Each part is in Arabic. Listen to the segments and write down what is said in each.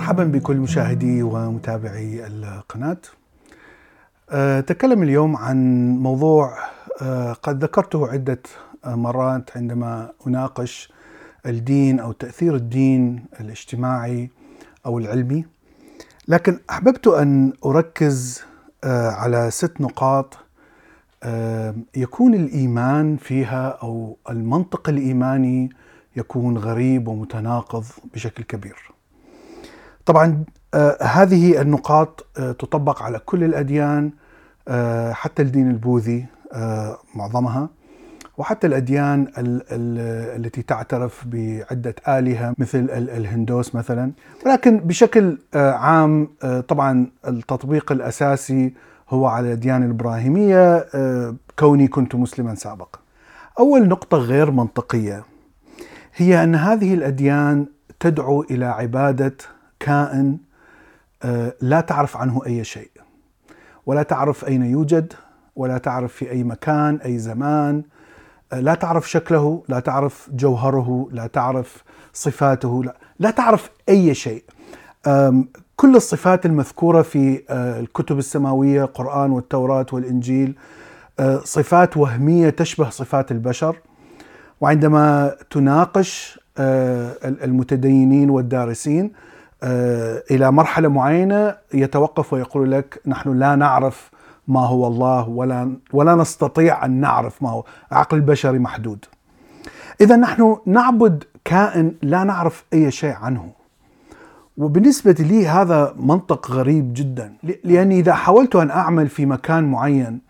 مرحبا بكل مشاهدي ومتابعي القناة. أتكلم اليوم عن موضوع قد ذكرته عدة مرات عندما أناقش الدين أو تأثير الدين الاجتماعي أو العلمي، لكن أحببت أن أركز على 6 نقاط يكون الإيمان فيها أو المنطق الإيماني يكون غريب ومتناقض بشكل كبير. طبعا هذه النقاط تطبق على كل الأديان، حتى الدين البوذي معظمها، وحتى الأديان التي تعترف بعدة آلهة مثل الهندوس مثلا، ولكن بشكل عام طبعا التطبيق الأساسي هو على الأديان الإبراهيمية، كوني كنت مسلما سابقا. أول نقطة غير منطقية هي أن هذه الأديان تدعو إلى عبادة كائن لا تعرف عنه أي شيء، ولا تعرف أين يوجد، ولا تعرف في أي مكان أي زمان، لا تعرف شكله، لا تعرف جوهره، لا تعرف صفاته، لا تعرف أي شيء. كل الصفات المذكورة في الكتب السماوية، القرآن والتوراة والإنجيل، صفات وهمية تشبه صفات البشر. وعندما تناقش المتدينين والدارسين إلى مرحلة معينة يتوقف ويقول لك نحن لا نعرف ما هو الله ولا نستطيع أن نعرف ما هو، عقل البشري محدود. إذا نحن نعبد كائن لا نعرف أي شيء عنه. وبالنسبة لي هذا منطق غريب جدا، لأني إذا حاولت أن أعمل في مكان معين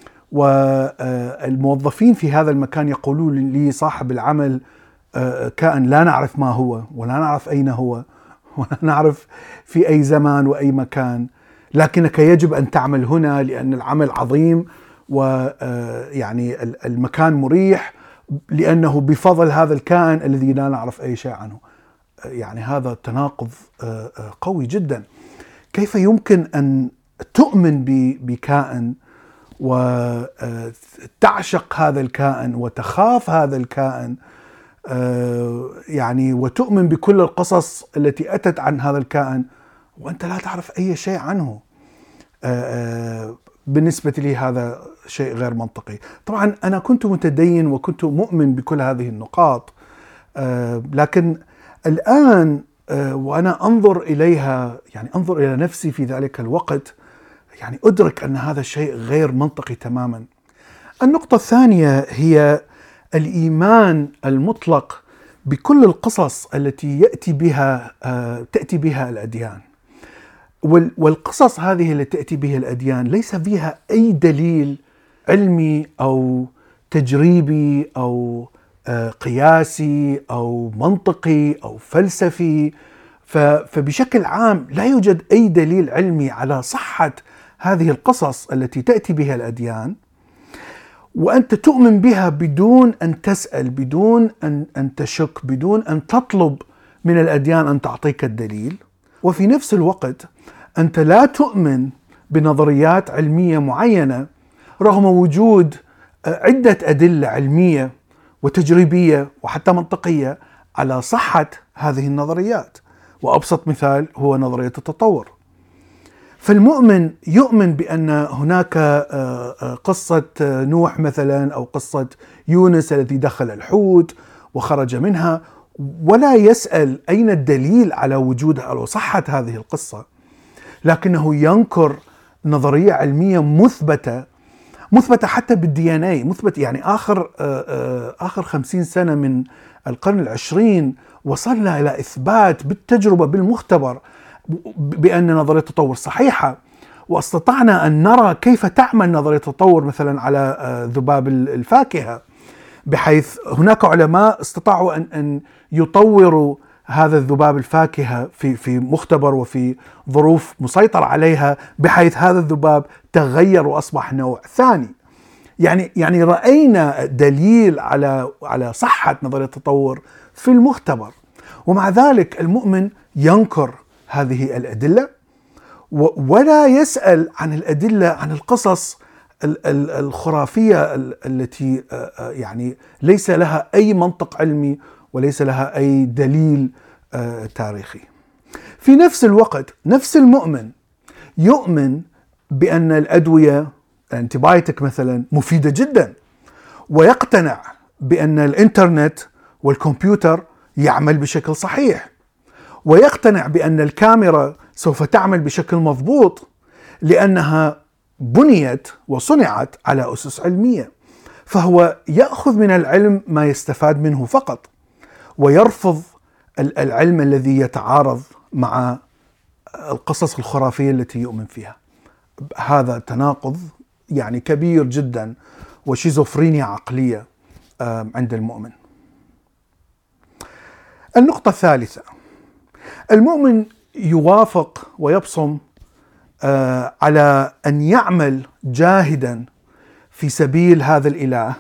والموظفين في هذا المكان يقولون لي صاحب العمل كائن لا نعرف ما هو، ولا نعرف أين هو، ولا نعرف في أي زمان وأي مكان، لكنك يجب أن تعمل هنا لأن العمل عظيم ويعني المكان مريح لأنه بفضل هذا الكائن الذي لا نعرف أي شيء عنه. يعني هذا تناقض قوي جدا. كيف يمكن أن تؤمن بكائن وتعشق هذا الكائن وتخاف هذا الكائن، يعني وتؤمن بكل القصص التي أتت عن هذا الكائن وأنت لا تعرف أي شيء عنه؟ بالنسبة لي هذا شيء غير منطقي. طبعا أنا كنت متدين وكنت مؤمن بكل هذه النقاط، لكن الآن وأنا أنظر إليها، يعني أنظر إلى نفسي في ذلك الوقت، يعني أدرك أن هذا الشيء غير منطقي تماما. النقطة الثانية هي الإيمان المطلق بكل القصص التي تأتي بها الأديان. والقصص هذه التي تأتي بها الأديان ليس فيها أي دليل علمي أو تجريبي أو قياسي أو منطقي أو فلسفي، فبشكل عام لا يوجد أي دليل علمي على صحة هذه القصص التي تأتي بها الأديان، وأنت تؤمن بها بدون أن تسأل، بدون أن تشك، بدون أن تطلب من الأديان أن تعطيك الدليل. وفي نفس الوقت أنت لا تؤمن بنظريات علمية معينة رغم وجود عدة أدلة علمية وتجريبية وحتى منطقية على صحة هذه النظريات. وأبسط مثال هو نظرية التطور. فالمؤمن يؤمن بأن هناك قصة نوح مثلا أو قصة يونس الذي دخل الحوت وخرج منها، ولا يسأل أين الدليل على وجودها أو صحة هذه القصة، لكنه ينكر نظرية علمية مثبتة حتى بالدي ان اي، مثبت يعني آخر 50 سنة من القرن 20 وصلنا إلى إثبات بالتجربة بالمختبر بأن نظرية التطور صحيحة، واستطعنا أن نرى كيف تعمل نظرية التطور مثلا على ذباب الفاكهة، بحيث هناك علماء استطاعوا أن يطوروا هذا الذباب الفاكهة في مختبر وفي ظروف مسيطر عليها، بحيث هذا الذباب تغير وأصبح نوع ثاني. يعني رأينا دليل على صحة نظرية التطور في المختبر، ومع ذلك المؤمن ينكر هذه الأدلة ولا يسأل عن الأدلة، عن القصص الخرافية التي يعني ليس لها أي منطق علمي وليس لها أي دليل تاريخي. في نفس الوقت نفس المؤمن يؤمن بأن الأدوية الأنتيبايوتيك مثلا مفيدة جدا، ويقتنع بأن الإنترنت والكمبيوتر يعمل بشكل صحيح، ويقتنع بأن الكاميرا سوف تعمل بشكل مضبوط لأنها بنيت وصنعت على أسس علمية. فهو يأخذ من العلم ما يستفاد منه فقط، ويرفض العلم الذي يتعارض مع القصص الخرافية التي يؤمن فيها. هذا تناقض يعني كبير جدا وشيزوفرينيا عقلية عند المؤمن. النقطة الثالثة، المؤمن يوافق ويبصم على أن يعمل جاهدا في سبيل هذا الإله،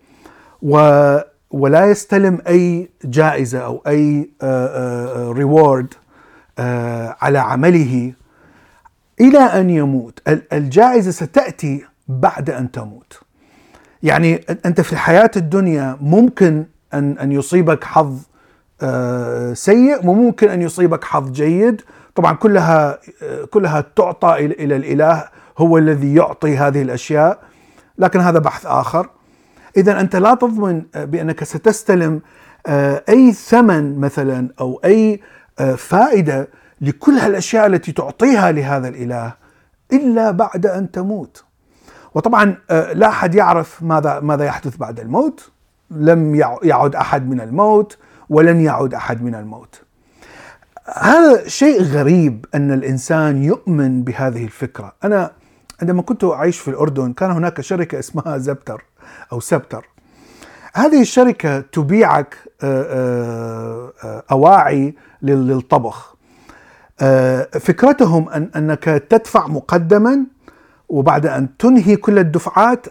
ولا يستلم أي جائزة أو أي ريورد على عمله إلى أن يموت. الجائزة ستأتي بعد أن تموت. يعني أنت في الحياة الدنيا ممكن أن يصيبك حظ سيء، وممكن أن يصيبك حظ جيد. طبعا كلها تعطى إلى الإله، هو الذي يعطي هذه الأشياء، لكن هذا بحث آخر. إذن أنت لا تضمن بأنك ستستلم أي ثمن مثلا أو أي فائدة لكل هالأشياء التي تعطيها لهذا الإله إلا بعد أن تموت. وطبعا لا أحد يعرف ماذا يحدث بعد الموت. لم يعد أحد من الموت، ولن يعود أحد من الموت. هذا شيء غريب أن الإنسان يؤمن بهذه الفكرة. أنا عندما كنت أعيش في الأردن كان هناك شركة اسمها زبتر أو سبتر. هذه الشركة تبيعك أواعي للطبخ. فكرتهم أنك تدفع مقدما، وبعد أن تنهي كل الدفعات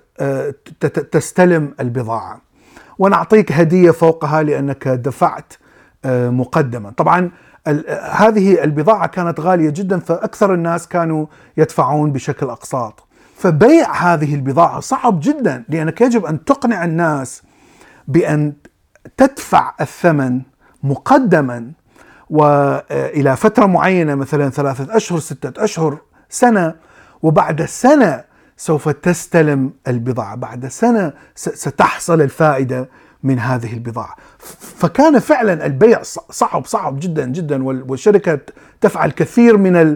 تستلم البضاعة، ونعطيك هدية فوقها لأنك دفعت مقدما. طبعا هذه البضاعة كانت غالية جدا، فأكثر الناس كانوا يدفعون بشكل أقساط. فبيع هذه البضاعة صعب جدا، لأنك يجب أن تقنع الناس بأن تدفع الثمن مقدما وإلى فترة معينة، مثلا 3 أشهر، 6 أشهر، سنة، وبعد سنة سوف تستلم البضاعة، بعد سنة ستحصل الفائدة من هذه البضاعة. فكان فعلا البيع صعب جدا جدا، والشركة تفعل كثير من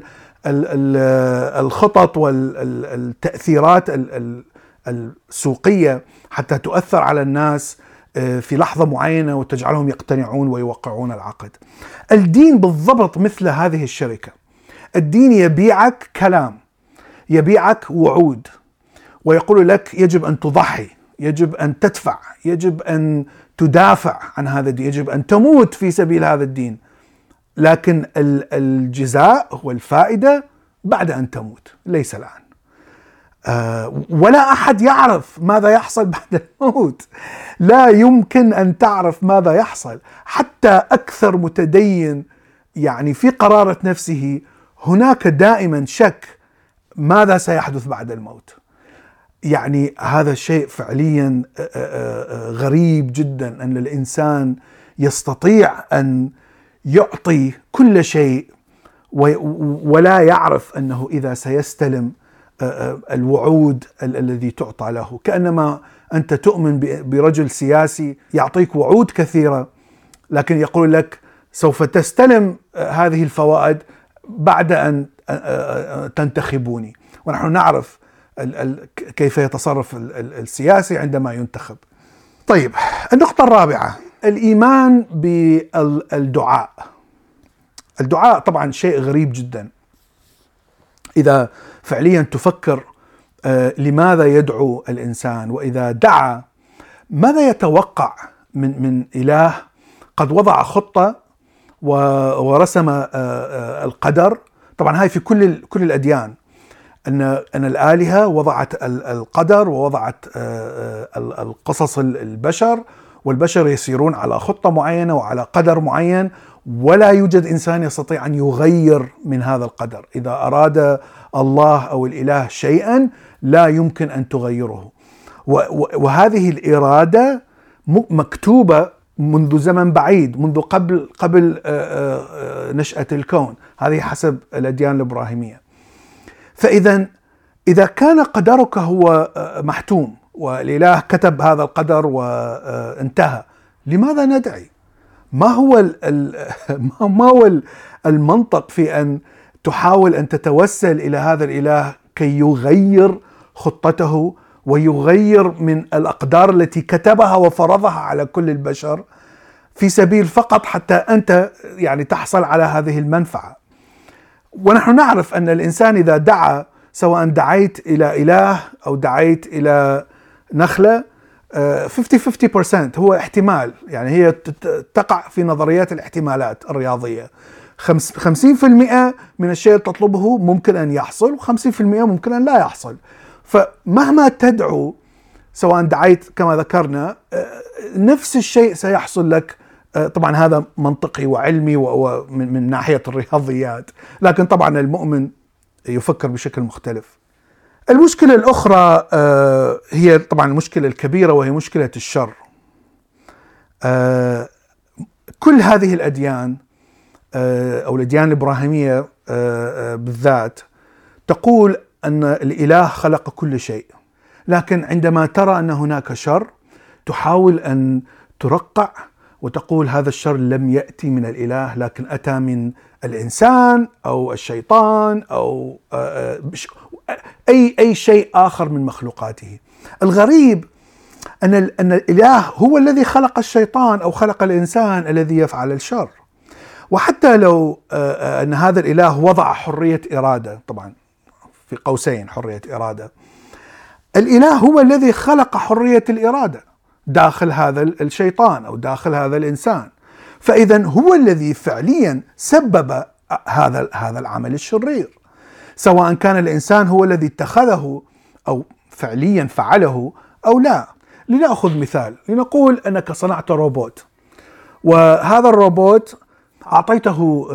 الخطط والتأثيرات السوقية حتى تؤثر على الناس في لحظة معينة وتجعلهم يقتنعون ويوقعون العقد. الدين بالضبط مثل هذه الشركة. الدين يبيعك كلام، يبيعك وعود، ويقول لك يجب أن تضحي، يجب أن تدفع، يجب أن تدافع عن هذا الدين، يجب أن تموت في سبيل هذا الدين. لكن الجزاء والفائدة بعد أن تموت، ليس الآن. ولا أحد يعرف ماذا يحصل بعد الموت. لا يمكن أن تعرف ماذا يحصل. حتى أكثر متدين يعني في قرارة نفسه هناك دائما شك ماذا سيحدث بعد الموت. يعني هذا الشيء فعليا غريب جدا، أن الإنسان يستطيع أن يعطي كل شيء ولا يعرف أنه إذا سيستلم الوعود الذي تعطى له. كأنما أنت تؤمن برجل سياسي يعطيك وعود كثيرة، لكن يقول لك سوف تستلم هذه الفوائد بعد أن تنتخبوني. ونحن نعرف كيف يتصرف السياسي عندما ينتخب. طيب، النقطة الرابعة، الإيمان بالدعاء. الدعاء طبعا شيء غريب جدا. إذا فعليا تفكر لماذا يدعو الإنسان، وإذا دعا ماذا يتوقع من إله قد وضع خطة ورسم القدر. طبعا هاي في كل الأديان، أن الآلهة وضعت القدر ووضعت القصص البشر، والبشر يسيرون على خطة معينة وعلى قدر معين، ولا يوجد إنسان يستطيع أن يغير من هذا القدر. إذا أراد الله أو الإله شيئا لا يمكن أن تغيره. وهذه الإرادة مكتوبة منذ زمن بعيد، منذ قبل نشأة الكون. هذه حسب الأديان الإبراهيمية. إذا كان قدرك هو محتوم والإله كتب هذا القدر وانتهى، لماذا ندعي؟ ما هو المنطق في أن تحاول أن تتوسل إلى هذا الإله كي يغير خطته ويغير من الأقدار التي كتبها وفرضها على كل البشر في سبيل فقط حتى أنت يعني تحصل على هذه المنفعة؟ ونحن نعرف أن الإنسان إذا دعا، سواء دعيت إلى إله أو دعيت إلى نخلة، 50-50% هو احتمال، يعني هي تقع في نظريات الاحتمالات الرياضية. 50% من الشيء اللي تطلبه ممكن أن يحصل، و50% ممكن أن لا يحصل. فمهما تدعو، سواء دعيت كما ذكرنا، نفس الشيء سيحصل لك. طبعا هذا منطقي وعلمي ومن ناحية الرياضيات، لكن طبعا المؤمن يفكر بشكل مختلف. المشكلة الأخرى هي طبعا المشكلة الكبيرة، وهي مشكلة الشر. كل هذه الأديان أو الأديان الإبراهيمية بالذات تقول أن الإله خلق كل شيء، لكن عندما ترى أن هناك شر تحاول أن ترقع وتقول هذا الشر لم يأتي من الإله، لكن أتى من الإنسان أو الشيطان أو أي شيء آخر من مخلوقاته. الغريب أن الإله هو الذي خلق الشيطان أو خلق الإنسان الذي يفعل الشر. وحتى لو أن هذا الإله وضع حرية إرادة، طبعا في قوسين حرية إرادة، الإله هو الذي خلق حرية الإرادة داخل هذا الشيطان أو داخل هذا الإنسان. فإذا هو الذي فعليا سبب هذا العمل الشرير، سواء كان الإنسان هو الذي اتخذه أو فعليا فعله أو لا. لنأخذ مثال، لنقول أنك صنعت روبوت، وهذا الروبوت أعطيته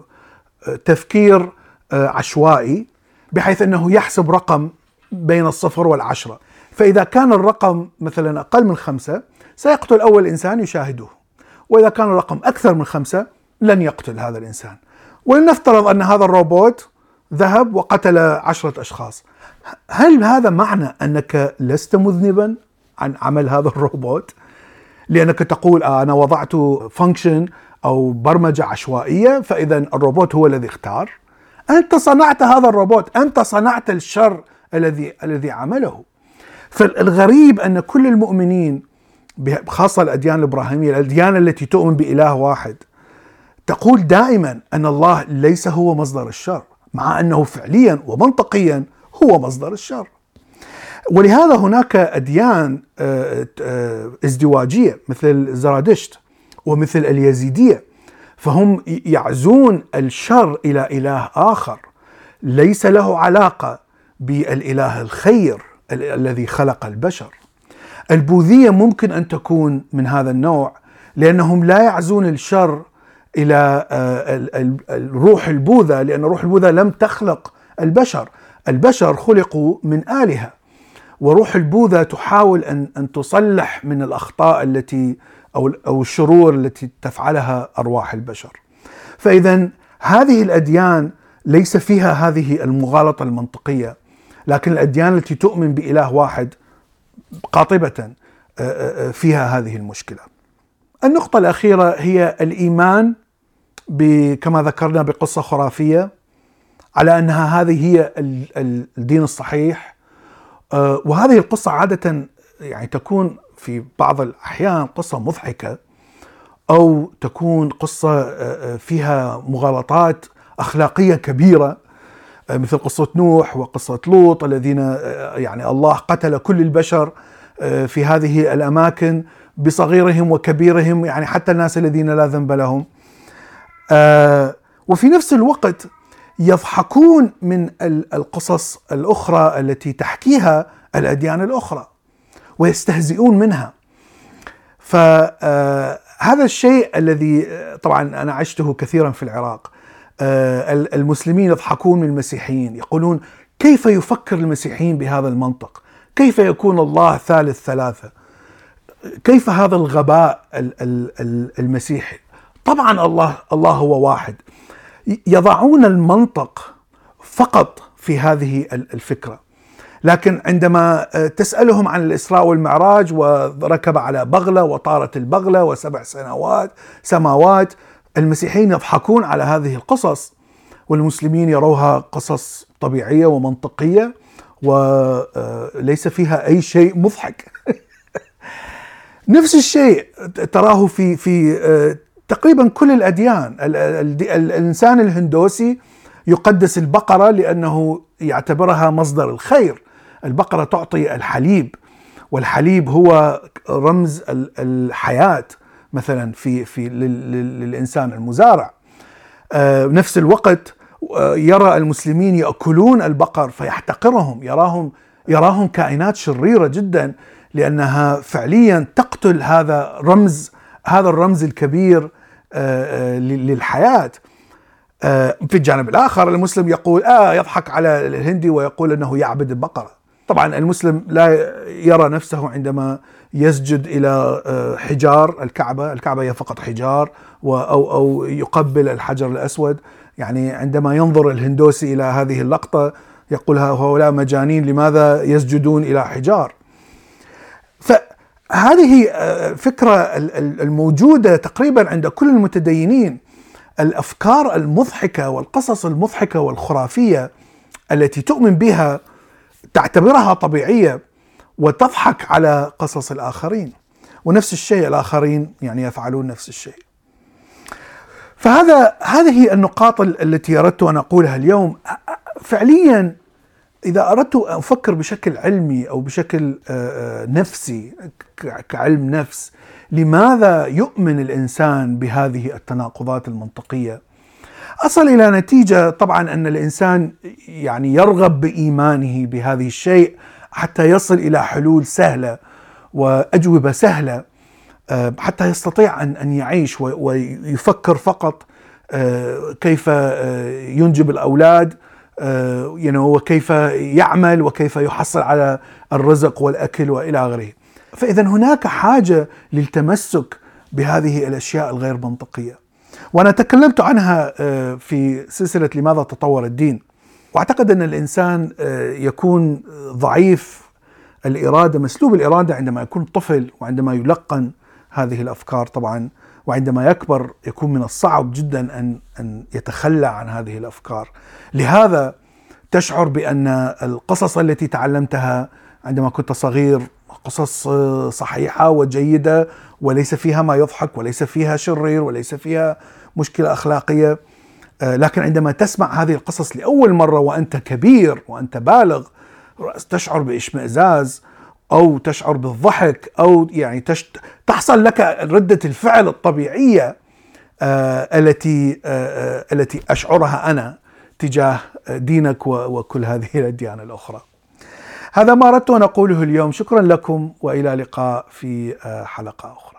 تفكير عشوائي بحيث أنه يحسب رقم بين 0 و10. فإذا كان الرقم مثلا أقل من 5 سيقتل أول إنسان يشاهده، وإذا كان الرقم أكثر من 5 لن يقتل هذا الإنسان. ولنفترض أن هذا الروبوت ذهب وقتل 10 أشخاص. هل هذا معنى أنك لست مذنبا عن عمل هذا الروبوت لأنك تقول أنا وضعت فانكشن أو برمجة عشوائية فإذا الروبوت هو الذي اختار؟ أنت صنعت هذا الروبوت، أنت صنعت الشر الذي عمله. فالغريب أن كل المؤمنين، خاصة الأديان الإبراهيمية، الأديان التي تؤمن بإله واحد، تقول دائما أن الله ليس هو مصدر الشر، مع أنه فعليا ومنطقيا هو مصدر الشر. ولهذا هناك أديان ازدواجية مثل زرادشت ومثل اليزيدية، فهم يعزون الشر إلى إله آخر ليس له علاقة بالإله الخير الذي خلق البشر. البوذية ممكن أن تكون من هذا النوع، لأنهم لا يعزون الشر إلى الروح البوذا، لأن روح البوذا لم تخلق البشر خلقوا من آلهة، وروح البوذا تحاول أن تصلح من الأخطاء التي أو الشرور التي تفعلها أرواح البشر. فإذا هذه الأديان ليس فيها هذه المغالطة المنطقية، لكن الأديان التي تؤمن بإله واحد قاطبة فيها هذه المشكلة. النقطة الأخيرة هي الإيمان كما ذكرنا بقصة خرافية على أنها هذه هي الدين الصحيح. وهذه القصة عادة يعني تكون في بعض الأحيان قصة مضحكة، أو تكون قصة فيها مغالطات أخلاقية كبيرة، مثل قصة نوح وقصة لوط الذين يعني الله قتل كل البشر في هذه الأماكن بصغيرهم وكبيرهم، يعني حتى الناس الذين لا ذنب لهم. وفي نفس الوقت يضحكون من القصص الأخرى التي تحكيها الأديان الأخرى ويستهزئون منها. فهذا الشيء الذي طبعا أنا عشته كثيرا في العراق. المسلمين يضحكون من المسيحيين، يقولون كيف يفكر المسيحيين بهذا المنطق؟ كيف يكون الله ثالث ثلاثة؟ كيف هذا الغباء المسيحي؟ طبعا الله هو واحد. يضعون المنطق فقط في هذه الفكرة، لكن عندما تسألهم عن الإسراء والمعراج وركب على بغلة وطارت البغلة و7 سماوات، المسيحيين يضحكون على هذه القصص، والمسلمين يروها قصص طبيعية ومنطقية وليس فيها أي شيء مضحك. نفس الشيء تراه في تقريبا كل الأديان. الإنسان الهندوسي يقدس البقرة لأنه يعتبرها مصدر الخير. البقرة تعطي الحليب، والحليب هو رمز الحياة مثلا في للإنسان المزارع. نفس الوقت يرى المسلمين يأكلون البقر فيحتقرهم، يراهم كائنات شريرة جدا، لأنها فعليا تقتل هذا الرمز الكبير للحياة. في الجانب الآخر المسلم يقول يضحك على الهندي ويقول أنه يعبد البقرة. طبعا المسلم لا يرى نفسه عندما يسجد إلى حجار الكعبة هي فقط حجار، أو يقبل الحجر الأسود. يعني عندما ينظر الهندوسي إلى هذه اللقطة يقول هؤلاء مجانين، لماذا يسجدون إلى حجار؟ فهذه فكرة الموجودة تقريبا عند كل المتدينين. الأفكار المضحكة والقصص المضحكة والخرافية التي تؤمن بها تعتبرها طبيعية وتضحك على قصص الآخرين، ونفس الشيء الآخرين يعني يفعلون نفس الشيء. هذه النقاط التي أردت أن أقولها اليوم. فعليا إذا أردت أن أفكر بشكل علمي أو بشكل نفسي كعلم نفس، لماذا يؤمن الإنسان بهذه التناقضات المنطقية؟ أصل إلى نتيجة طبعا أن الإنسان يعني يرغب بإيمانه بهذه الشيء حتى يصل إلى حلول سهلة وأجوبة سهلة، حتى يستطيع أن يعيش ويفكر فقط كيف ينجب الأولاد، وكيف يعمل وكيف يحصل على الرزق والأكل وإلى آخره. فإذا هناك حاجة للتمسك بهذه الأشياء الغير منطقية، وأنا تكلمت عنها في سلسلة لماذا تطور الدين. وأعتقد أن الإنسان يكون ضعيف الإرادة، مسلوب الإرادة عندما يكون طفل وعندما يلقن هذه الأفكار طبعا، وعندما يكبر يكون من الصعب جدا أن يتخلى عن هذه الأفكار. لهذا تشعر بأن القصص التي تعلمتها عندما كنت صغير قصص صحيحة وجيدة، وليس فيها ما يضحك، وليس فيها شرير، وليس فيها مشكلة أخلاقية. لكن عندما تسمع هذه القصص لأول مرة وأنت كبير وأنت بالغ، تشعر بإشمئزاز أو تشعر بالضحك، أو يعني تحصل لك ردة الفعل الطبيعية التي أشعرها أنا تجاه دينك وكل هذه الأديان الأخرى. هذا ما أردت أن أقوله اليوم. شكرا لكم، وإلى لقاء في حلقة أخرى.